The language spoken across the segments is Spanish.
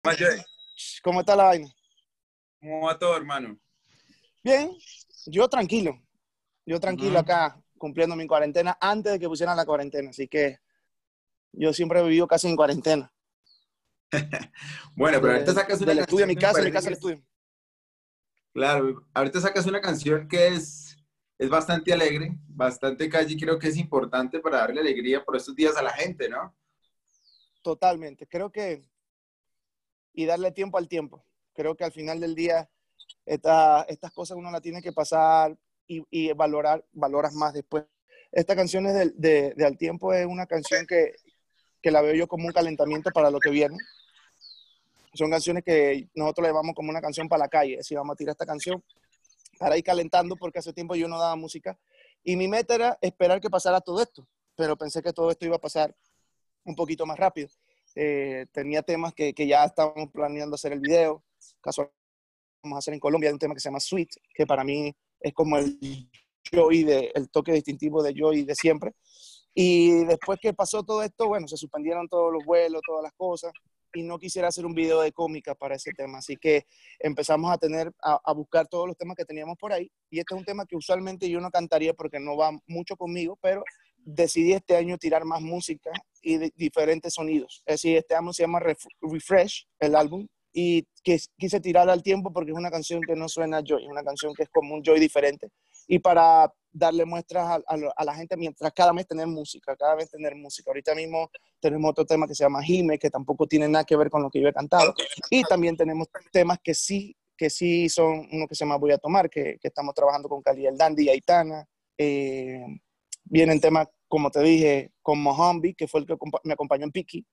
Mayoy, ¿Cómo está la vaina? ¿cómo va todo, hermano? Bien, yo tranquilo. Yo tranquilo Ujú. acá, cumpliendo mi cuarentena antes de que pusieran la cuarentena. Así que yo siempre he vivido casi en cuarentena. Bueno, pero ahorita sacas una Del estudio a canción mi que me casa, de mi parece casa que al es, estudio. claro, ahorita sacas una canción que es bastante alegre, bastante calle, y creo que es importante para darle alegría por estos días a la gente, ¿no? Totalmente. Creo que, y darle tiempo al tiempo. Creo que al final del día, estas cosas uno las tiene que pasar y valoras más después. Esta canción es de Al Tiempo, es una canción que la veo yo como un calentamiento para lo que viene. Son canciones que nosotros le llamamos como una canción para la calle. Es decir, vamos a tirar esta canción para ir calentando, porque hace tiempo yo no daba música. Y mi meta era esperar que pasara todo esto, pero pensé que todo esto iba a pasar un poquito más rápido. Tenía temas que ya estábamos planeando hacer el video. Caso vamos a hacer en Colombia, hay un tema que se llama Sweet, que para mí es como el toque distintivo de Joy de siempre. Y después que pasó todo esto, bueno, se suspendieron todos los vuelos, todas las cosas, y no quisiera hacer un video de cómica para ese tema. Así que empezamos a buscar todos los temas que teníamos por ahí. Y este es un tema que usualmente yo no cantaría porque no va mucho conmigo, pero decidí este año tirar más música y diferentes sonidos. Es decir, este álbum se llama Refresh, el álbum, y que quise tirar al tiempo porque es una canción que no suena a Joy, es una canción que es como un Joy diferente. Y para darle muestras a la gente mientras cada mes tener música, cada vez tener música. Ahorita mismo tenemos otro tema que se llama Jime, que tampoco tiene nada que ver con lo que yo he cantado. Y también tenemos temas que sí son uno que se llama Voy a Tomar, que estamos trabajando con Cali el Dandy y Aitana. Eh, Vienen temas, como te dije, con Mohambi, que fue el que me acompañó en Piki,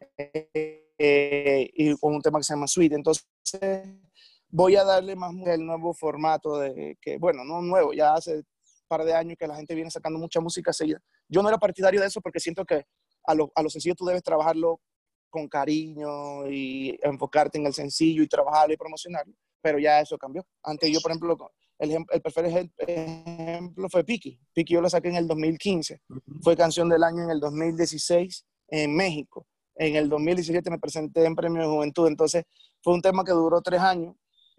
y con un tema que se llama Sweet. Entonces, voy a darle más el nuevo formato de que, bueno, no nuevo, ya hace un par de años que la gente viene sacando mucha música seguida. Yo no era partidario de eso porque siento que a lo sencillo tú debes trabajarlo con cariño y enfocarte en el sencillo y trabajarlo y promocionarlo, pero ya eso cambió. Antes yo, por ejemplo, el perfecto ejemplo fue Piki. Piki yo lo saqué en el 2015, fue canción del año en el 2016 en México. En el 2017 me presenté en Premio de Juventud, entonces fue un tema que duró 3 años,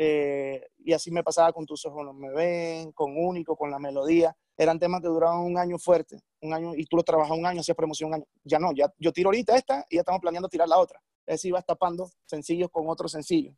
y así me pasaba con Tus ojos no me ven, con Único, con La Melodía. Eran temas que duraban un año fuerte, un año, y tú lo trabajas un año, hacías promoción un año. Ya no, ya yo tiro ahorita esta y ya estamos planeando tirar la otra. Es decir, ibas tapando sencillos con otros sencillos.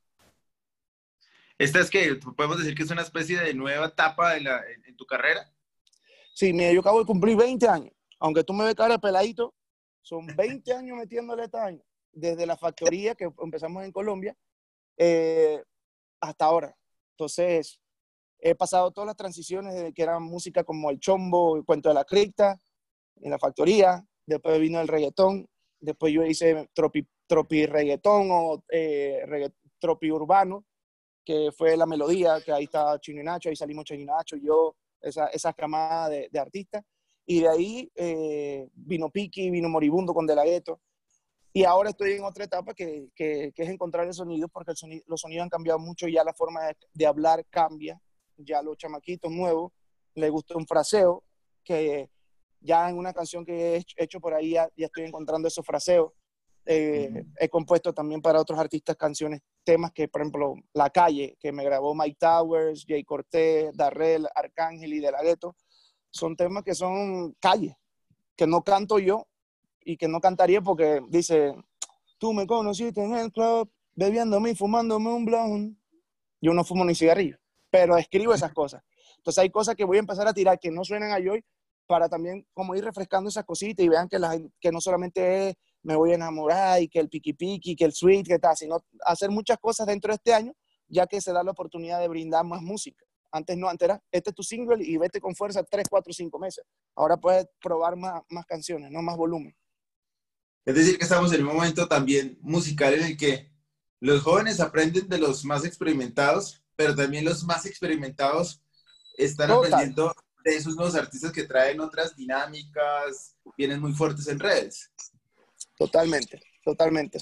Esta es que podemos decir que es una especie de nueva etapa en tu carrera. Sí, mira, yo acabo de cumplir 20 años. Aunque tú me ves cara de peladito, son 20 años metiéndole esta año. Desde la factoría que empezamos en Colombia, eh, hasta ahora. Entonces, he pasado todas las transiciones de que era música como el chombo, el cuento de la cripta, en la factoría, después vino el reggaetón, después yo hice tropi reggaetón o tropi urbano, que fue La Melodía, que ahí está Chino y Nacho, ahí salimos Chino y Nacho, yo, esa camada de artistas, y de ahí vino Piki, vino Moribundo con De La Ghetto, y ahora estoy en otra etapa que es encontrar el sonido, porque los sonidos han cambiado mucho, y ya la forma de hablar cambia, ya los chamaquitos nuevos les gusta un fraseo, que ya en una canción que he hecho por ahí ya estoy encontrando esos fraseos. He compuesto también para otros artistas canciones, temas que, por ejemplo, La Calle, que me grabó Mike Towers, Jay Cortés, Darrell, Arcángel y De La Ghetto, son temas que son calle, que no canto yo y que no cantaría porque dice, tú me conociste en el club, bebiéndome y fumándome un blunt. Yo no fumo ni cigarrillo, pero escribo esas cosas. Entonces hay cosas que voy a empezar a tirar que no suenan a Joy para también como ir refrescando esas cositas y vean que no solamente es me voy a enamorar y que el piqui piqui, que el sweet, que tal, sino hacer muchas cosas dentro de este año, ya que se da la oportunidad de brindar más música. Antes no, antes era, este es tu single y vete con fuerza 3, 4, 5 meses. Ahora puedes probar más canciones, no más volumen. Es decir, que estamos en un momento también musical en el que los jóvenes aprenden de los más experimentados, pero también los más experimentados están Total, aprendiendo de esos nuevos artistas que traen otras dinámicas, vienen muy fuertes en redes. totalmente, totalmente.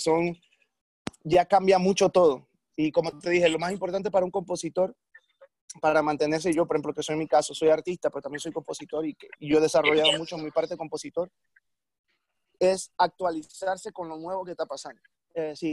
Ya cambia mucho todo. Y como te dije, lo más importante para un compositor, para mantenerse, yo por ejemplo, que soy en mi caso, soy artista, pero también soy compositor y yo he desarrollado mucho mi parte de compositor, es actualizarse con lo nuevo que está pasando. Es decir,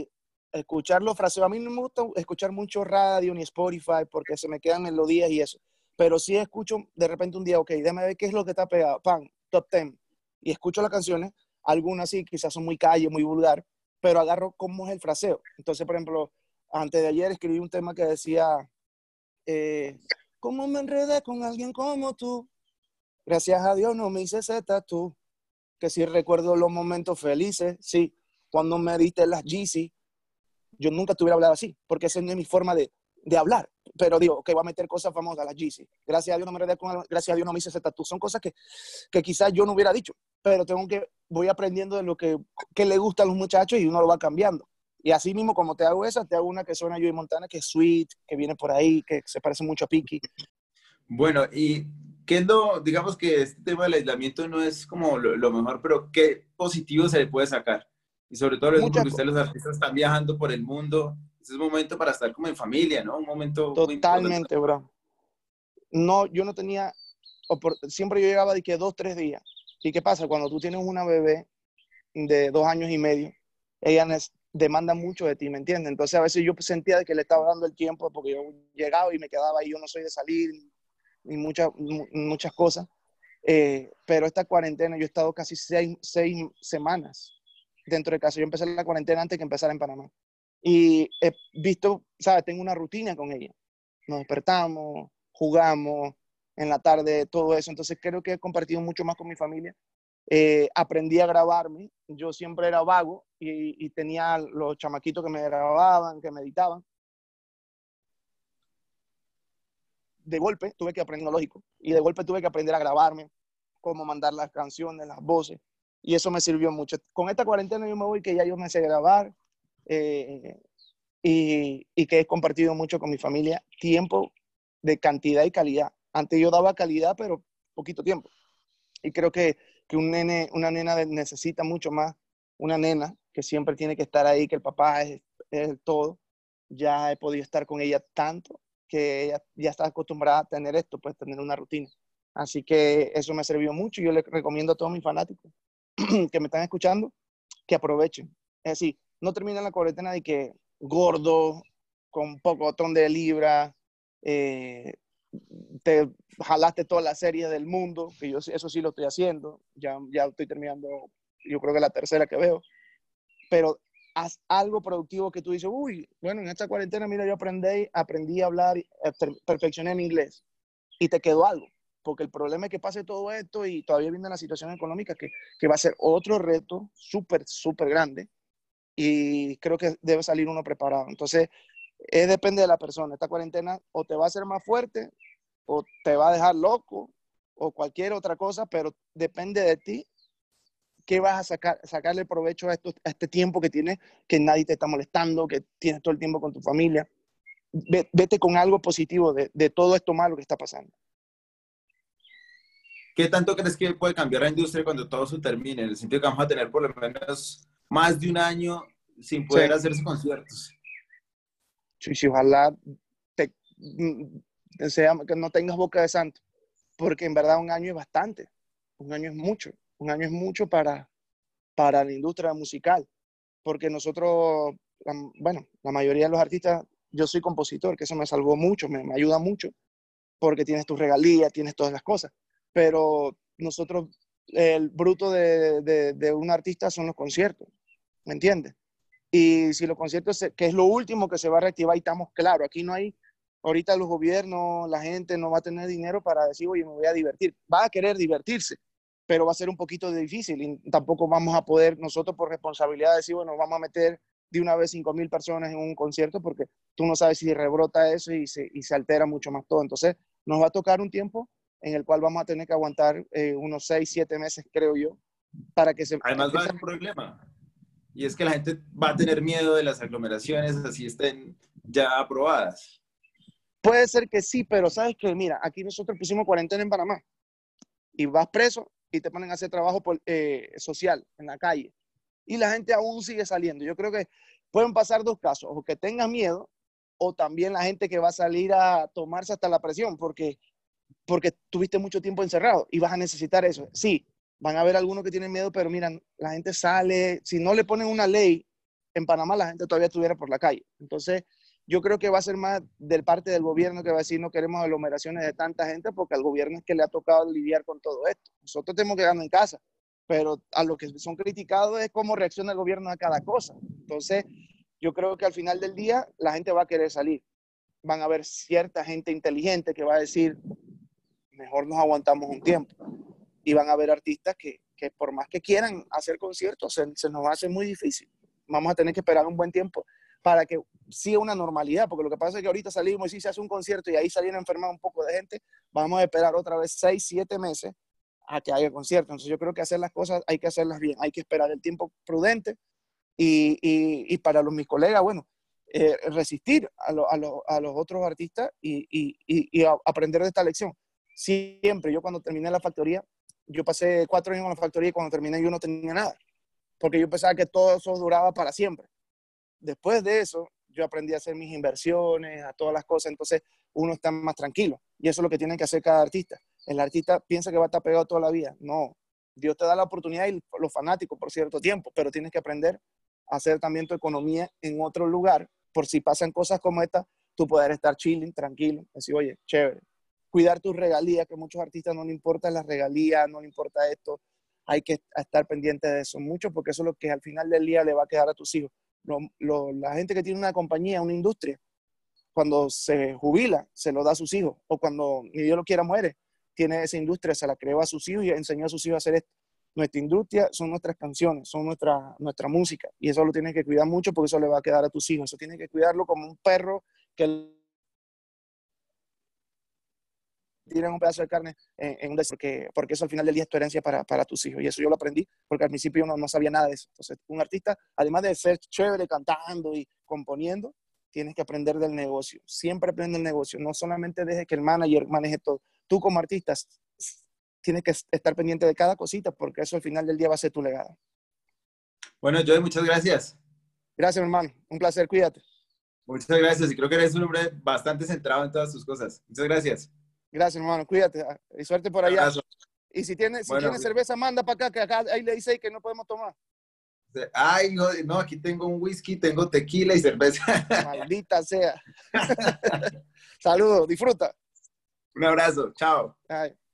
escuchar los fraseos. A mí no me gusta escuchar mucho radio ni Spotify porque se me quedan melodías y eso. Pero sí escucho de repente un día, ok, déjame ver qué es lo que está pegado. Pan, top 10. Y escucho las canciones. Algunas sí, quizás son muy calle, muy vulgar, pero agarro cómo es el fraseo. Entonces, por ejemplo, antes de ayer escribí un tema que decía, eh, ¿cómo me enredé con alguien como tú? Gracias a Dios no me hice ese tatu. Que sí recuerdo los momentos felices, sí, cuando me diste las Yeezy, yo nunca te hubiera hablado así, porque esa no es mi forma de hablar. Pero digo, ok, voy a meter cosas famosas, las Yeezy. Gracias a Dios no me redé con, gracias a Dios no me hice ese tatu. Son cosas que quizás yo no hubiera dicho, pero voy aprendiendo de lo que le gusta a los muchachos y uno lo va cambiando. Y así mismo, como te hago esa, te hago una que suena Joey Montana, que es Sweet, que viene por ahí, que se parece mucho a Piki. Bueno, y qué es lo, digamos que este tema del aislamiento no es como lo mejor, pero qué positivo se le puede sacar. Y sobre todo eso Muchas porque cosas. ustedes los artistas están viajando por el mundo. Ese es un momento para estar como en familia, ¿no? Un momento muy importante. Totalmente, bro. No, yo no tenía, siempre yo llegaba de que 2, 3 días. ¿Y qué pasa? Cuando tú tienes una bebé de 2 años y medio, ella demanda mucho de ti, ¿me entiendes? Entonces a veces yo sentía de que le estaba dando el tiempo porque yo llegaba y me quedaba ahí, yo no soy de salir ni muchas cosas. Pero esta cuarentena yo he estado casi 6 semanas dentro de casa. Yo empecé la cuarentena antes que empezara en Panamá. Y he visto, ¿sabes? Tengo una rutina con ella. Nos despertamos, jugamos en la tarde, todo eso. Entonces creo que he compartido mucho más con mi familia. Aprendí a grabarme. Yo siempre era vago y tenía los chamaquitos que me grababan, que me editaban. De golpe tuve que aprender lo lógico y de golpe tuve que aprender a grabarme, cómo mandar las canciones, las voces, y eso me sirvió mucho. Con esta cuarentena yo me voy que ya yo me sé grabar eh, y que he compartido mucho con mi familia tiempo de cantidad y calidad. Antes yo daba calidad, pero poquito tiempo. Y creo que una nena necesita mucho más, una nena que siempre tiene que estar ahí, que el papá es el todo. Ya he podido estar con ella tanto que ella ya está acostumbrada a tener esto, pues tener una rutina. Así que eso me sirvió mucho y yo le recomiendo a todos mis fanáticos que me están escuchando que aprovechen. Es decir, no terminen la cuarentena de que gordo, con pocotón de libra, eh, te jalaste todas las series del mundo, que yo eso sí lo estoy haciendo, ya estoy terminando, yo creo que la tercera que veo, pero haz algo productivo que tú dices, uy, bueno, en esta cuarentena, mira, yo aprendí a hablar, perfeccioné mi inglés y te quedó algo. Porque el problema es que pase todo esto y todavía viene la situación económica que va a ser otro reto súper, súper grande y creo que debe salir uno preparado. Entonces, depende de la persona. Esta cuarentena o te va a hacer más fuerte o te va a dejar loco o cualquier otra cosa, pero depende de ti qué vas a sacarle provecho a este tiempo que tienes, que nadie te está molestando, que tienes todo el tiempo con tu familia. Vete con algo positivo de todo esto malo que está pasando. ¿Qué tanto crees que puede cambiar la industria cuando todo eso termine? En el sentido que vamos a tener por lo menos más de un año sin Sí, poder hacerse conciertos. sí, sí, ojalá te, sea, que no tengas boca de santo, porque en verdad un año es bastante, un año es mucho, un año es mucho para la industria musical, porque nosotros, bueno, la mayoría de los artistas, yo soy compositor, que eso me salvó mucho, me ayuda mucho, porque tienes tus regalías, tienes todas las cosas, pero nosotros, el bruto de un artista son los conciertos, ¿me entiendes? Y si los conciertos, que es lo último que se va a reactivar y estamos claros, aquí no hay, ahorita los gobiernos, la gente no va a tener dinero para decir, oye, me voy a divertir, va a querer divertirse, pero va a ser un poquito difícil y tampoco vamos a poder nosotros por responsabilidad decir, bueno, vamos a meter de una vez 5.000 personas en un concierto porque tú no sabes si rebrota eso y se altera mucho más todo. Entonces nos va a tocar un tiempo en el cual vamos a tener que aguantar unos 6, 7 meses, creo yo, para que se Además va a empiece. haber un problema, y es que la gente va a tener miedo de las aglomeraciones, así estén ya aprobadas. Puede ser que sí, pero sabes que, mira, aquí nosotros pusimos cuarentena en Panamá y vas preso y te ponen a hacer trabajo social en la calle. Y la gente aún sigue saliendo. Yo creo que pueden pasar dos casos, o que tengas miedo o también la gente que va a salir a tomarse hasta la presión porque tuviste mucho tiempo encerrado y vas a necesitar eso. Sí, van a haber algunos que tienen miedo, pero miran, la gente sale, si no le ponen una ley en Panamá la gente todavía estuviera por la calle. Entonces, yo creo que va a ser más del parte del gobierno que va a decir no queremos aglomeraciones de tanta gente porque al gobierno es que le ha tocado lidiar con todo esto. Nosotros tenemos que quedarnos en casa, pero a lo que son criticados es cómo reacciona el gobierno a cada cosa. Entonces, yo creo que al final del día la gente va a querer salir. Van a haber cierta gente inteligente que va a decir, mejor nos aguantamos un tiempo. Y van a haber artistas que por más que quieran hacer conciertos, se nos va a hacer muy difícil. Vamos a tener que esperar un buen tiempo para que siga una normalidad, porque lo que pasa es que ahorita salimos y si se hace un concierto y ahí salieron a enfermar un poco de gente, vamos a esperar otra vez 6, 7 meses a que haya concierto. Entonces yo creo que hacer las cosas hay que hacerlas bien, hay que esperar el tiempo prudente y para mis colegas, bueno, resistir a los otros artistas y aprender de esta lección. Siempre, yo cuando terminé la factoría, yo pasé 4 años en la factoría y cuando terminé yo no tenía nada, porque yo pensaba que todo eso duraba para siempre. Después de eso, yo aprendí a hacer mis inversiones, a todas las cosas, entonces uno está más tranquilo. Y eso es lo que tiene que hacer cada artista. El artista piensa que va a estar pegado toda la vida. No, Dios te da la oportunidad y los fanáticos por cierto tiempo, pero tienes que aprender a hacer también tu economía en otro lugar, por si pasan cosas como esta, tú poder estar chilling, tranquilo, decir, oye, chévere. Cuidar tus regalías, que a muchos artistas no le importan las regalías, no le importa esto. Hay que estar pendiente de eso mucho, porque eso es lo que al final del día le va a quedar a tus hijos. La gente que tiene una compañía, una industria, cuando se jubila, se lo da a sus hijos, o cuando ni Dios lo quiera muere, tiene esa industria, se la creó a sus hijos y enseñó a sus hijos a hacer esto. Nuestra industria son nuestras canciones, son nuestra música, y eso lo tienes que cuidar mucho porque eso le va a quedar a tus hijos. Eso tienes que cuidarlo como un perro que tiran un pedazo de carne en un porque eso al final del día es tu herencia para tus hijos. Y eso yo lo aprendí porque al principio yo no sabía nada de eso. Entonces, un artista, además de ser chévere cantando y componiendo, tienes que aprender del negocio. Siempre aprende el negocio. No solamente deje que el manager maneje todo. Tú como artista tienes que estar pendiente de cada cosita porque eso al final del día va a ser tu legado. Bueno, Joey, muchas gracias. Gracias, hermano. Un placer. Cuídate. Muchas gracias. Y creo que eres un hombre bastante centrado en todas tus cosas. Muchas gracias. Gracias, hermano. Cuídate. Y suerte por Un allá. abrazo. Y si tienes Bueno, cerveza, manda para acá, que acá ahí le dice que no podemos tomar. ay, no, no, aquí tengo un whisky, tengo tequila y cerveza. Maldita sea. Saludos, disfruta. Un abrazo, chao. Ay.